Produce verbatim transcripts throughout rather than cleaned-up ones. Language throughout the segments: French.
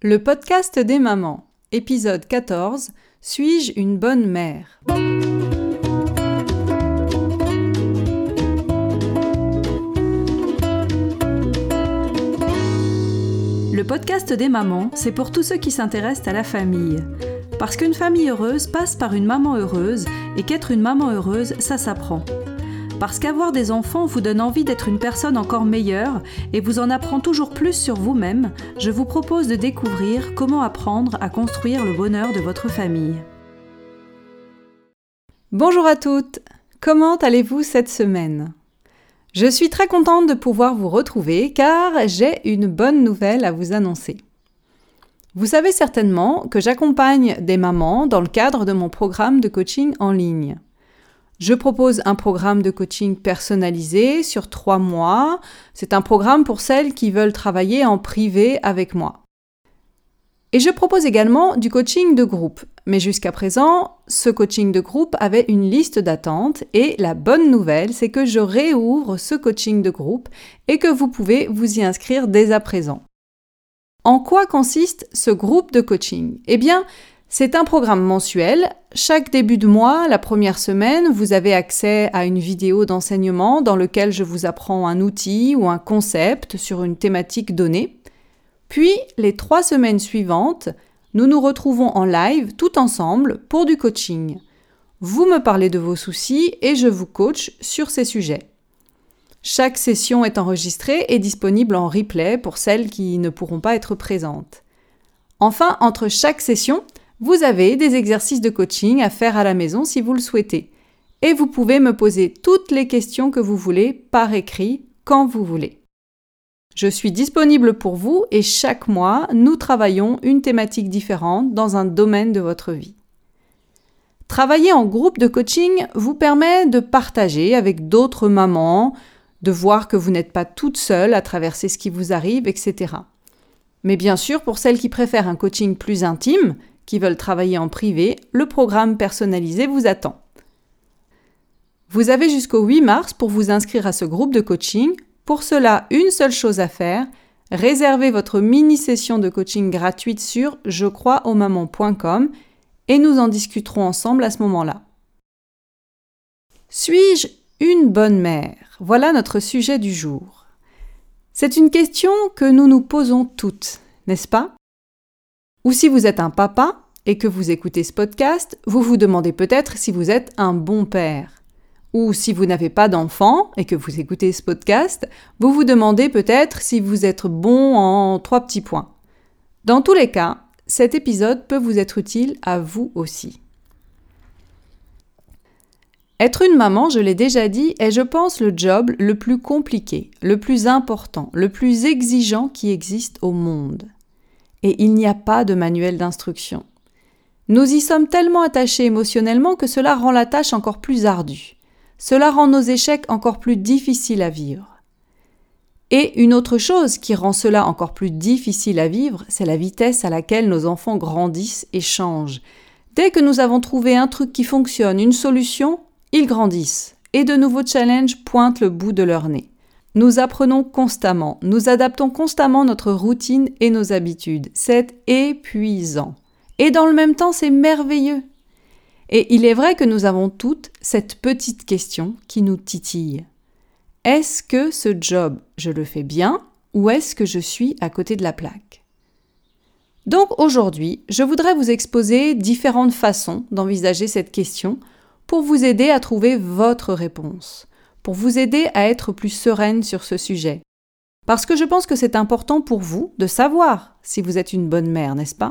Le podcast des mamans, épisode quatorze, Suis-je une bonne mère ? Le podcast des mamans, c'est pour tous ceux qui s'intéressent à la famille. Parce qu'une famille heureuse passe par une maman heureuse et qu'être une maman heureuse, ça s'apprend. Parce qu'avoir des enfants vous donne envie d'être une personne encore meilleure et vous en apprend toujours plus sur vous-même, je vous propose de découvrir comment apprendre à construire le bonheur de votre famille. Bonjour à toutes, comment allez-vous cette semaine ? Je suis très contente de pouvoir vous retrouver car j'ai une bonne nouvelle à vous annoncer. Vous savez certainement que j'accompagne des mamans dans le cadre de mon programme de coaching en ligne. Je propose un programme de coaching personnalisé sur trois mois. C'est un programme pour celles qui veulent travailler en privé avec moi. Et je propose également du coaching de groupe. Mais jusqu'à présent, ce coaching de groupe avait une liste d'attente et la bonne nouvelle, c'est que je réouvre ce coaching de groupe et que vous pouvez vous y inscrire dès à présent. En quoi consiste ce groupe de coaching ? Eh bien, c'est un programme mensuel. Chaque début de mois, la première semaine, vous avez accès à une vidéo d'enseignement dans laquelle je vous apprends un outil ou un concept sur une thématique donnée. Puis, les trois semaines suivantes, nous nous retrouvons en live tout ensemble pour du coaching. Vous me parlez de vos soucis et je vous coach sur ces sujets. Chaque session est enregistrée et disponible en replay pour celles qui ne pourront pas être présentes. Enfin, entre chaque session, vous avez des exercices de coaching à faire à la maison si vous le souhaitez. Et vous pouvez me poser toutes les questions que vous voulez par écrit, quand vous voulez. Je suis disponible pour vous et chaque mois, nous travaillons une thématique différente dans un domaine de votre vie. Travailler en groupe de coaching vous permet de partager avec d'autres mamans, de voir que vous n'êtes pas toute seule à traverser ce qui vous arrive, et cetera. Mais bien sûr, pour celles qui préfèrent un coaching plus intime, qui veulent travailler en privé, le programme personnalisé vous attend. Vous avez jusqu'au huit mars pour vous inscrire à ce groupe de coaching. Pour cela, une seule chose à faire, réservez votre mini-session de coaching gratuite sur je crois aux mamans point com et nous en discuterons ensemble à ce moment-là. Suis-je une bonne mère ? Voilà notre sujet du jour. C'est une question que nous nous posons toutes, n'est-ce pas ? Ou si vous êtes un papa et que vous écoutez ce podcast, vous vous demandez peut-être si vous êtes un bon père. Ou si vous n'avez pas d'enfant et que vous écoutez ce podcast, vous vous demandez peut-être si vous êtes bon en trois petits points. Dans tous les cas, cet épisode peut vous être utile à vous aussi. Être une maman, je l'ai déjà dit, est je pense le job le plus compliqué, le plus important, le plus exigeant qui existe au monde. Et il n'y a pas de manuel d'instruction. Nous y sommes tellement attachés émotionnellement que cela rend la tâche encore plus ardue. Cela rend nos échecs encore plus difficiles à vivre. Et une autre chose qui rend cela encore plus difficile à vivre, c'est la vitesse à laquelle nos enfants grandissent et changent. Dès que nous avons trouvé un truc qui fonctionne, une solution, ils grandissent. Et de nouveaux challenges pointent le bout de leur nez. Nous apprenons constamment, nous adaptons constamment notre routine et nos habitudes. C'est épuisant. Et dans le même temps, c'est merveilleux. Et il est vrai que nous avons toutes cette petite question qui nous titille. Est-ce que ce job, je le fais bien ou est-ce que je suis à côté de la plaque ? Donc aujourd'hui, je voudrais vous exposer différentes façons d'envisager cette question pour vous aider à trouver votre réponse, pour vous aider à être plus sereine sur ce sujet. Parce que je pense que c'est important pour vous de savoir si vous êtes une bonne mère, n'est-ce pas ?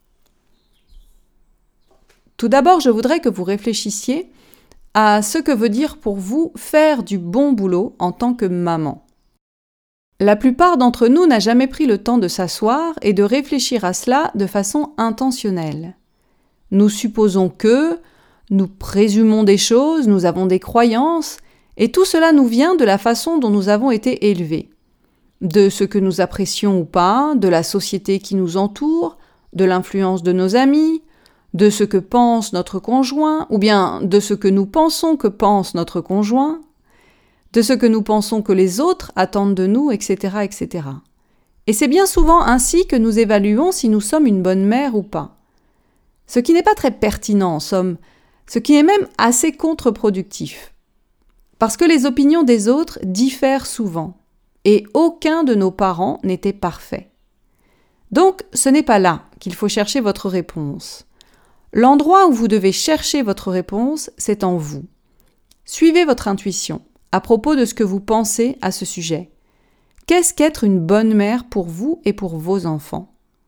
Tout d'abord, je voudrais que vous réfléchissiez à ce que veut dire pour vous faire du bon boulot en tant que maman. La plupart d'entre nous n'a jamais pris le temps de s'asseoir et de réfléchir à cela de façon intentionnelle. Nous supposons que, nous présumons des choses, nous avons des croyances, et tout cela nous vient de la façon dont nous avons été élevés. De ce que nous apprécions ou pas, de la société qui nous entoure, de l'influence de nos amis, de ce que pense notre conjoint, ou bien de ce que nous pensons que pense notre conjoint, de ce que nous pensons que les autres attendent de nous, et cetera, et cetera. Et c'est bien souvent ainsi que nous évaluons si nous sommes une bonne mère ou pas. Ce qui n'est pas très pertinent en somme, ce qui est même assez contre-productif. Parce que les opinions des autres diffèrent souvent, et aucun de nos parents n'était parfait. Donc, ce n'est pas là qu'il faut chercher votre réponse. L'endroit où vous devez chercher votre réponse, c'est en vous. Suivez votre intuition à propos de ce que vous pensez à ce sujet. Qu'est-ce qu'être une bonne mère pour vous et pour vos enfants ?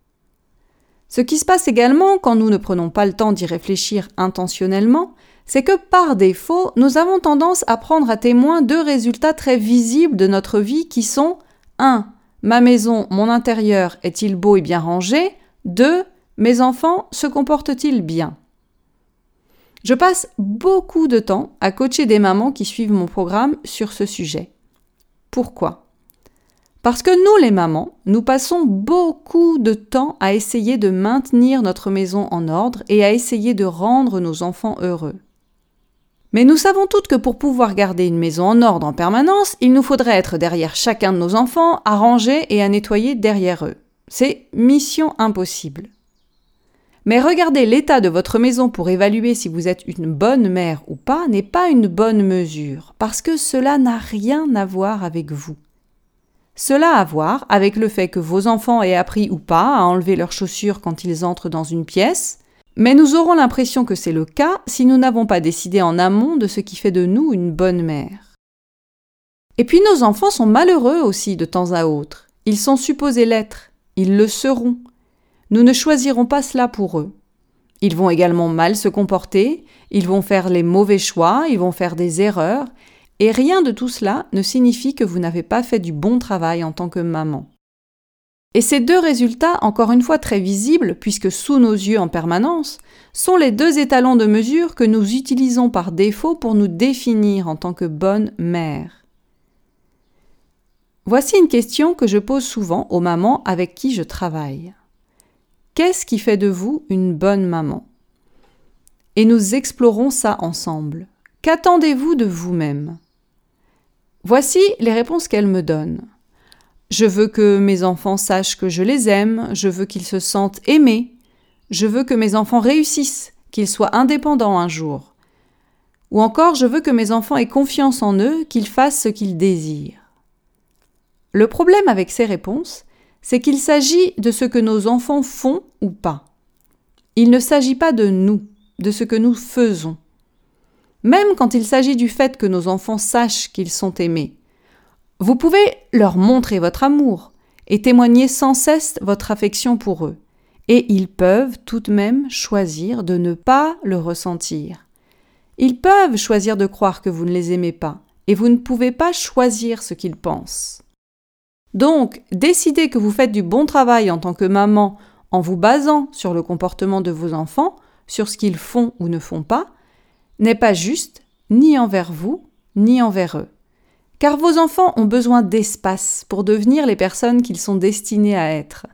Ce qui se passe également quand nous ne prenons pas le temps d'y réfléchir intentionnellement, c'est que par défaut, nous avons tendance à prendre à témoin deux résultats très visibles de notre vie qui sont un. Ma maison, mon intérieur est-il beau et bien rangé ? deux. Mes enfants se comportent-ils bien ? Je passe beaucoup de temps à coacher des mamans qui suivent mon programme sur ce sujet. Pourquoi ? Parce que nous, les mamans, nous passons beaucoup de temps à essayer de maintenir notre maison en ordre et à essayer de rendre nos enfants heureux. Mais nous savons toutes que pour pouvoir garder une maison en ordre en permanence, il nous faudrait être derrière chacun de nos enfants, à ranger et à nettoyer derrière eux. C'est mission impossible. Mais regarder l'état de votre maison pour évaluer si vous êtes une bonne mère ou pas n'est pas une bonne mesure, parce que cela n'a rien à voir avec vous. Cela a à voir avec le fait que vos enfants aient appris ou pas à enlever leurs chaussures quand ils entrent dans une pièce, mais nous aurons l'impression que c'est le cas si nous n'avons pas décidé en amont de ce qui fait de nous une bonne mère. Et puis nos enfants sont malheureux aussi de temps à autre. Ils sont supposés l'être, ils le seront. Nous ne choisirons pas cela pour eux. Ils vont également mal se comporter, ils vont faire les mauvais choix, ils vont faire des erreurs, et rien de tout cela ne signifie que vous n'avez pas fait du bon travail en tant que maman. Et ces deux résultats, encore une fois très visibles, puisque sous nos yeux en permanence, sont les deux étalons de mesure que nous utilisons par défaut pour nous définir en tant que bonne mère. Voici une question que je pose souvent aux mamans avec qui je travaille. Qu'est-ce qui fait de vous une bonne maman ? Et nous explorons ça ensemble. Qu'attendez-vous de vous-même ? Voici les réponses qu'elles me donnent. Je veux que mes enfants sachent que je les aime, je veux qu'ils se sentent aimés, je veux que mes enfants réussissent, qu'ils soient indépendants un jour. Ou encore, je veux que mes enfants aient confiance en eux, qu'ils fassent ce qu'ils désirent. Le problème avec ces réponses, c'est qu'il s'agit de ce que nos enfants font ou pas. Il ne s'agit pas de nous, de ce que nous faisons. Même quand il s'agit du fait que nos enfants sachent qu'ils sont aimés, vous pouvez leur montrer votre amour et témoigner sans cesse votre affection pour eux. Et ils peuvent tout de même choisir de ne pas le ressentir. Ils peuvent choisir de croire que vous ne les aimez pas, et vous ne pouvez pas choisir ce qu'ils pensent. Donc, décider que vous faites du bon travail en tant que maman en vous basant sur le comportement de vos enfants, sur ce qu'ils font ou ne font pas, n'est pas juste ni envers vous, ni envers eux. Car vos enfants ont besoin d'espace pour devenir les personnes qu'ils sont destinés à être.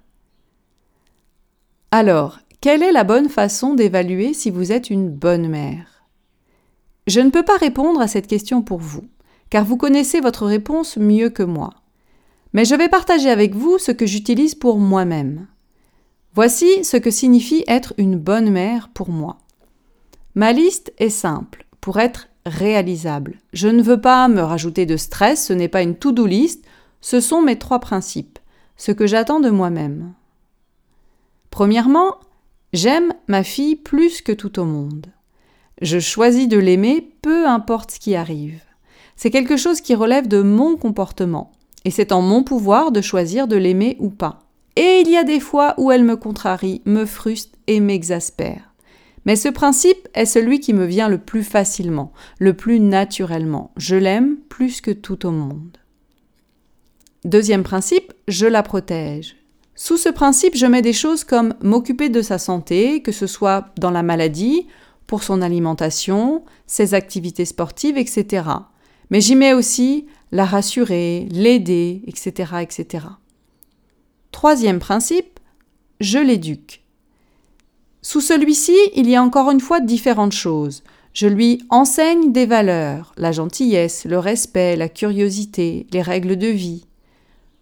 Alors, quelle est la bonne façon d'évaluer si vous êtes une bonne mère ? Je ne peux pas répondre à cette question pour vous, car vous connaissez votre réponse mieux que moi. Mais je vais partager avec vous ce que j'utilise pour moi-même. Voici ce que signifie être une bonne mère pour moi. Ma liste est simple, pour être réalisable. Je ne veux pas me rajouter de stress, ce n'est pas une to-do list, ce sont mes trois principes, ce que j'attends de moi-même. Premièrement, j'aime ma fille plus que tout au monde. Je choisis de l'aimer, peu importe ce qui arrive. C'est quelque chose qui relève de mon comportement. Et c'est en mon pouvoir de choisir de l'aimer ou pas. Et il y a des fois où elle me contrarie, me frustre et m'exaspère. Mais ce principe est celui qui me vient le plus facilement, le plus naturellement. Je l'aime plus que tout au monde. Deuxième principe, je la protège. Sous ce principe, je mets des choses comme m'occuper de sa santé, que ce soit dans la maladie, pour son alimentation, ses activités sportives, et cetera. Mais j'y mets aussi la rassurer, l'aider, et cetera, et cetera. Troisième principe, je l'éduque. Sous celui-ci, il y a encore une fois différentes choses. Je lui enseigne des valeurs, la gentillesse, le respect, la curiosité, les règles de vie.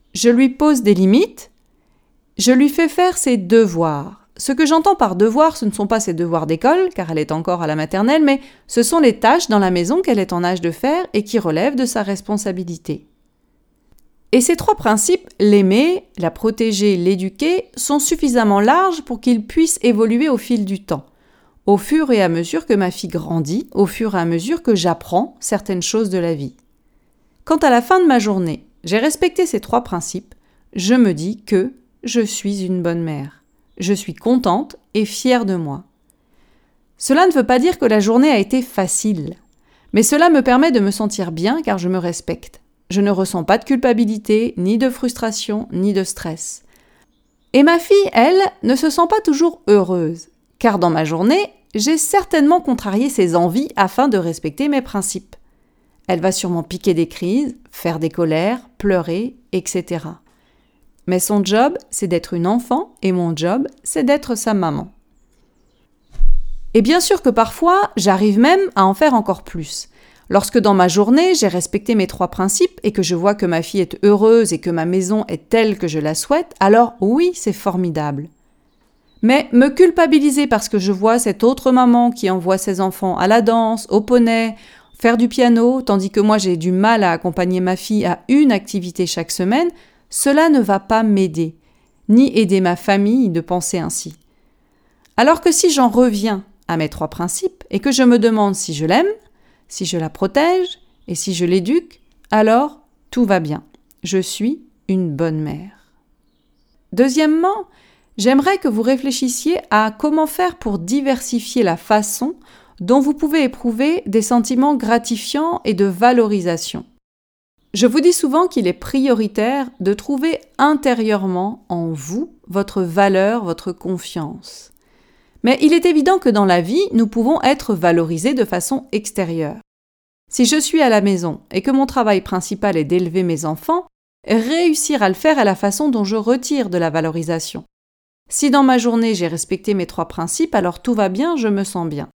Je lui pose des limites. Je lui fais faire ses devoirs. Ce que j'entends par devoirs, ce ne sont pas ses devoirs d'école, car elle est encore à la maternelle, mais ce sont les tâches dans la maison qu'elle est en âge de faire et qui relèvent de sa responsabilité. Et ces trois principes, l'aimer, la protéger, l'éduquer, sont suffisamment larges pour qu'ils puissent évoluer au fil du temps, au fur et à mesure que ma fille grandit, au fur et à mesure que j'apprends certaines choses de la vie. Quand à la fin de ma journée, j'ai respecté ces trois principes, je me dis que je suis une bonne mère. Je suis contente et fière de moi. Cela ne veut pas dire que la journée a été facile, mais cela me permet de me sentir bien car je me respecte. Je ne ressens pas de culpabilité, ni de frustration, ni de stress. Et ma fille, elle, ne se sent pas toujours heureuse, car dans ma journée, j'ai certainement contrarié ses envies afin de respecter mes principes. Elle va sûrement piquer des crises, faire des colères, pleurer, et cetera. Mais son job, c'est d'être une enfant, et mon job, c'est d'être sa maman. Et bien sûr que parfois, j'arrive même à en faire encore plus. Lorsque dans ma journée, j'ai respecté mes trois principes et que je vois que ma fille est heureuse et que ma maison est telle que je la souhaite, alors oui, c'est formidable. Mais me culpabiliser parce que je vois cette autre maman qui envoie ses enfants à la danse, au poney, faire du piano, tandis que moi j'ai du mal à accompagner ma fille à une activité chaque semaine, cela ne va pas m'aider, ni aider ma famille de penser ainsi. Alors que si j'en reviens à mes trois principes et que je me demande si je l'aime, si je la protège et si je l'éduque, alors tout va bien. Je suis une bonne mère. Deuxièmement, j'aimerais que vous réfléchissiez à comment faire pour diversifier la façon dont vous pouvez éprouver des sentiments gratifiants et de valorisation. Je vous dis souvent qu'il est prioritaire de trouver intérieurement en vous votre valeur, votre confiance. Mais il est évident que dans la vie, nous pouvons être valorisés de façon extérieure. Si je suis à la maison et que mon travail principal est d'élever mes enfants, réussir à le faire est la façon dont je retire de la valorisation. Si dans ma journée j'ai respecté mes trois principes, alors tout va bien, je me sens bien.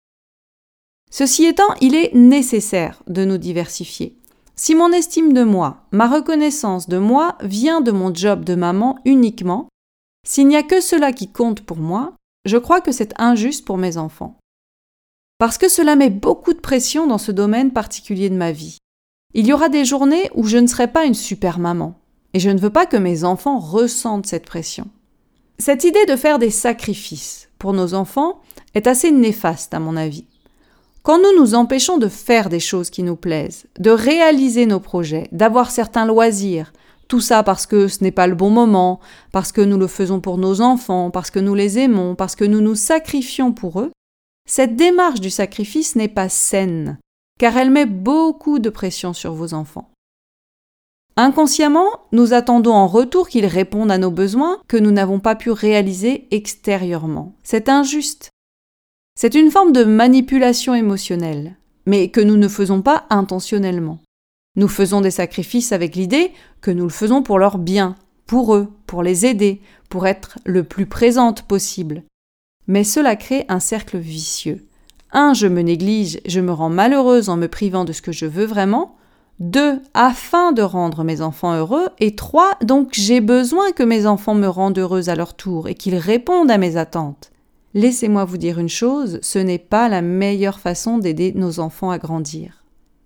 Ceci étant, il est nécessaire de nous diversifier. Si mon estime de moi, ma reconnaissance de moi vient de mon job de maman uniquement, s'il n'y a que cela qui compte pour moi, je crois que c'est injuste pour mes enfants. Parce que cela met beaucoup de pression dans ce domaine particulier de ma vie. Il y aura des journées où je ne serai pas une super maman, et je ne veux pas que mes enfants ressentent cette pression. Cette idée de faire des sacrifices pour nos enfants est assez néfaste à mon avis. Quand nous nous empêchons de faire des choses qui nous plaisent, de réaliser nos projets, d'avoir certains loisirs, tout ça parce que ce n'est pas le bon moment, parce que nous le faisons pour nos enfants, parce que nous les aimons, parce que nous nous sacrifions pour eux, cette démarche du sacrifice n'est pas saine, car elle met beaucoup de pression sur vos enfants. Inconsciemment, nous attendons en retour qu'ils répondent à nos besoins que nous n'avons pas pu réaliser extérieurement. C'est injuste. C'est une forme de manipulation émotionnelle, mais que nous ne faisons pas intentionnellement. Nous faisons des sacrifices avec l'idée que nous le faisons pour leur bien, pour eux, pour les aider, pour être le plus présente possible. Mais cela crée un cercle vicieux. Un, je me néglige, je me rends malheureuse en me privant de ce que je veux vraiment. Deux, afin de rendre mes enfants heureux. Et trois, donc j'ai besoin que mes enfants me rendent heureuse à leur tour et qu'ils répondent à mes attentes. Laissez-moi vous dire une chose, ce n'est pas la meilleure façon d'aider nos enfants à grandir.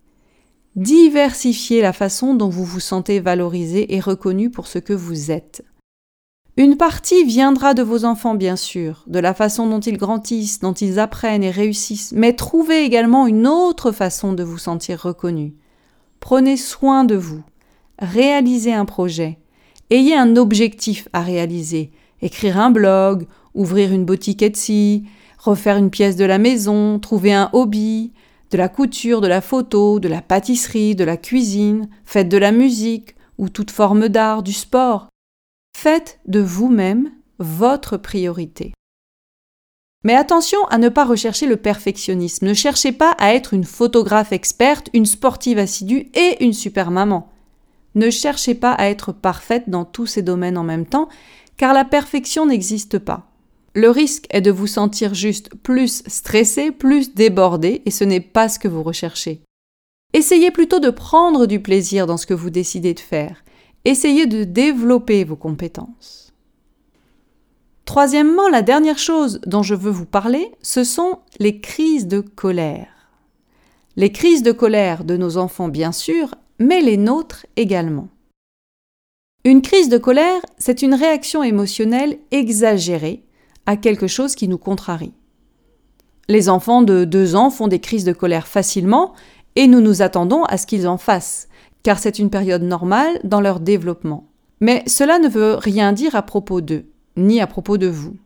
Diversifiez la façon dont vous vous sentez valorisé et reconnu pour ce que vous êtes. Une partie viendra de vos enfants, bien sûr, de la façon dont ils grandissent, dont ils apprennent et réussissent, mais trouvez également une autre façon de vous sentir reconnu. Prenez soin de vous, réalisez un projet, ayez un objectif à réaliser, écrire un blog, ouvrir une boutique Etsy, refaire une pièce de la maison, trouver un hobby, de la couture, de la photo, de la pâtisserie, de la cuisine, faites de la musique ou toute forme d'art, du sport. Faites de vous-même votre priorité. Mais attention à ne pas rechercher le perfectionnisme. Ne cherchez pas à être une photographe experte, une sportive assidue et une super maman. Ne cherchez pas à être parfaite dans tous ces domaines en même temps, car la perfection n'existe pas. Le risque est de vous sentir juste plus stressé, plus débordé, et ce n'est pas ce que vous recherchez. Essayez plutôt de prendre du plaisir dans ce que vous décidez de faire. Essayez de développer vos compétences. Troisièmement, la dernière chose dont je veux vous parler, ce sont les crises de colère. Les crises de colère de nos enfants, bien sûr, mais les nôtres également. Une crise de colère, c'est une réaction émotionnelle exagérée à quelque chose qui nous contrarie. Les enfants de deux ans font des crises de colère facilement et nous nous attendons à ce qu'ils en fassent, car c'est une période normale dans leur développement. Mais cela ne veut rien dire à propos d'eux, ni à propos de vous.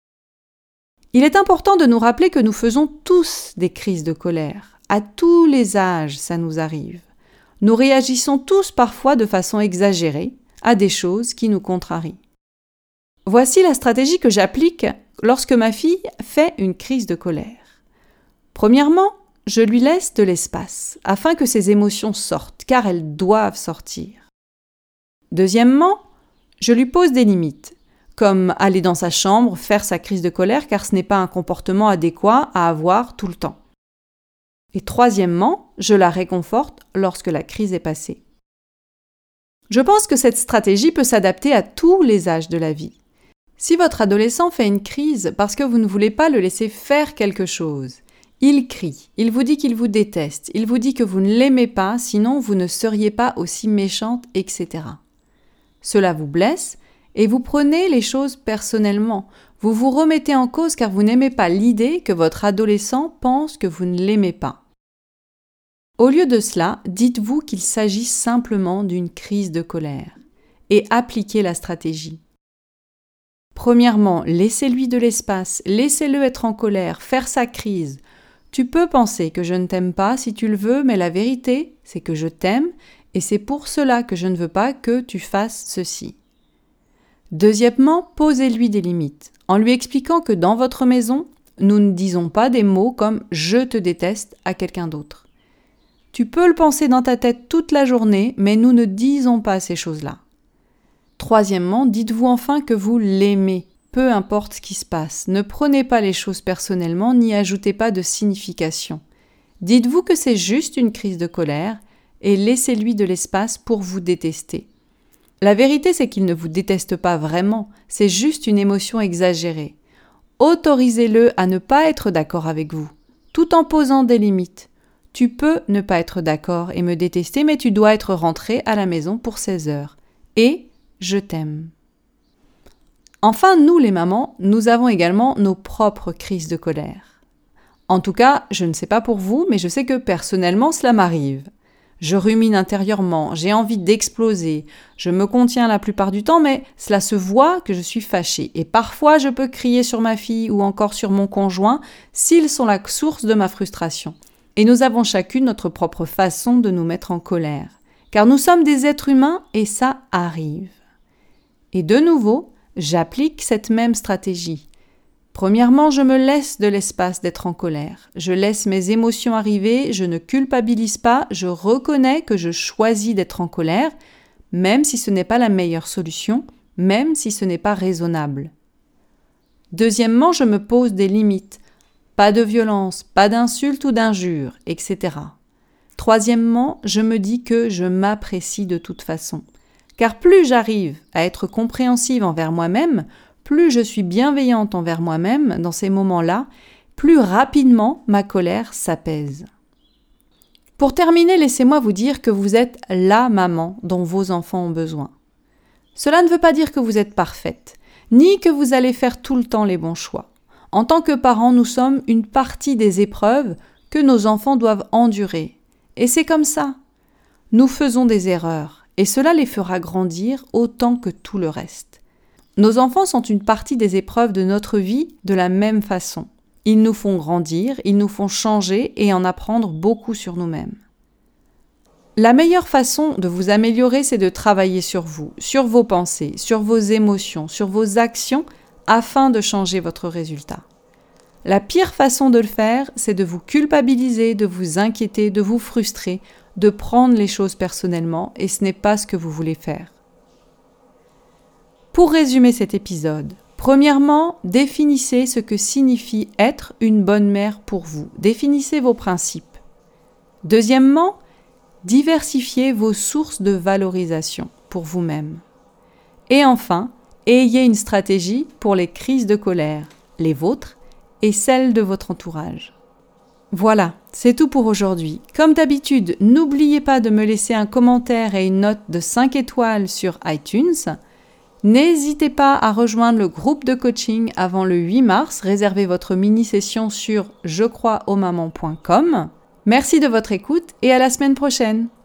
Il est important de nous rappeler que nous faisons tous des crises de colère. À tous les âges, ça nous arrive. Nous réagissons tous parfois de façon exagérée à des choses qui nous contrarient. Voici la stratégie que j'applique lorsque ma fille fait une crise de colère. Premièrement, je lui laisse de l'espace afin que ses émotions sortent, car elles doivent sortir. Deuxièmement, je lui pose des limites, comme aller dans sa chambre, faire sa crise de colère, car ce n'est pas un comportement adéquat à avoir tout le temps. Et troisièmement, je la réconforte lorsque la crise est passée. Je pense que cette stratégie peut s'adapter à tous les âges de la vie. Si votre adolescent fait une crise parce que vous ne voulez pas le laisser faire quelque chose, il crie, il vous dit qu'il vous déteste, il vous dit que vous ne l'aimez pas, sinon vous ne seriez pas aussi méchante, et cetera. Cela vous blesse et vous prenez les choses personnellement. Vous vous remettez en cause car vous n'aimez pas l'idée que votre adolescent pense que vous ne l'aimez pas. Au lieu de cela, dites-vous qu'il s'agit simplement d'une crise de colère et appliquez la stratégie. Premièrement, laissez-lui de l'espace, laissez-le être en colère, faire sa crise. Tu peux penser que je ne t'aime pas si tu le veux, mais la vérité, c'est que je t'aime et c'est pour cela que je ne veux pas que tu fasses ceci. Deuxièmement, posez-lui des limites, en lui expliquant que dans votre maison, nous ne disons pas des mots comme « je te déteste » à quelqu'un d'autre. Tu peux le penser dans ta tête toute la journée, mais nous ne disons pas ces choses-là. Troisièmement, dites-vous enfin que vous l'aimez, peu importe ce qui se passe. Ne prenez pas les choses personnellement, n'y ajoutez pas de signification. Dites-vous que c'est juste une crise de colère et laissez-lui de l'espace pour vous détester. La vérité, c'est qu'il ne vous déteste pas vraiment, c'est juste une émotion exagérée. Autorisez-le à ne pas être d'accord avec vous, tout en posant des limites. Tu peux ne pas être d'accord et me détester, mais tu dois être rentré à la maison pour seize heures. Et je t'aime. Enfin, nous les mamans, nous avons également nos propres crises de colère. En tout cas, je ne sais pas pour vous, mais je sais que personnellement, cela m'arrive. Je rumine intérieurement, j'ai envie d'exploser, je me contiens la plupart du temps, mais cela se voit que je suis fâchée. Et parfois, je peux crier sur ma fille ou encore sur mon conjoint s'ils sont la source de ma frustration. Et nous avons chacune notre propre façon de nous mettre en colère, car nous sommes des êtres humains et ça arrive. Et de nouveau, j'applique cette même stratégie. Premièrement, je me laisse de l'espace d'être en colère. Je laisse mes émotions arriver, je ne culpabilise pas, je reconnais que je choisis d'être en colère, même si ce n'est pas la meilleure solution, même si ce n'est pas raisonnable. Deuxièmement, je me pose des limites. Pas de violence, pas d'insultes ou d'injures, et cetera. Troisièmement, je me dis que je m'apprécie de toute façon. Car plus j'arrive à être compréhensive envers moi-même, plus je suis bienveillante envers moi-même dans ces moments-là, plus rapidement ma colère s'apaise. Pour terminer, laissez-moi vous dire que vous êtes la maman dont vos enfants ont besoin. Cela ne veut pas dire que vous êtes parfaite, ni que vous allez faire tout le temps les bons choix. En tant que parents, nous sommes une partie des épreuves que nos enfants doivent endurer. Et c'est comme ça. Nous faisons des erreurs, et cela les fera grandir autant que tout le reste. Nos enfants sont une partie des épreuves de notre vie de la même façon. Ils nous font grandir, ils nous font changer et en apprendre beaucoup sur nous-mêmes. La meilleure façon de vous améliorer, c'est de travailler sur vous, sur vos pensées, sur vos émotions, sur vos actions, afin de changer votre résultat. La pire façon de le faire, c'est de vous culpabiliser, de vous inquiéter, de vous frustrer, de prendre les choses personnellement, et ce n'est pas ce que vous voulez faire. Pour résumer cet épisode, premièrement, définissez ce que signifie être une bonne mère pour vous. Définissez vos principes. Deuxièmement, diversifiez vos sources de valorisation. pour vous-même. Et enfin, ayez une stratégie pour les crises de colère, les vôtres et celles de votre entourage. Voilà, c'est tout pour aujourd'hui. Comme d'habitude, n'oubliez pas de me laisser un commentaire et une note de cinq étoiles sur iTunes. N'hésitez pas à rejoindre le groupe de coaching avant le huit mars. Réservez votre mini-session sur je crois aux mamans point com. Merci de votre écoute et à la semaine prochaine.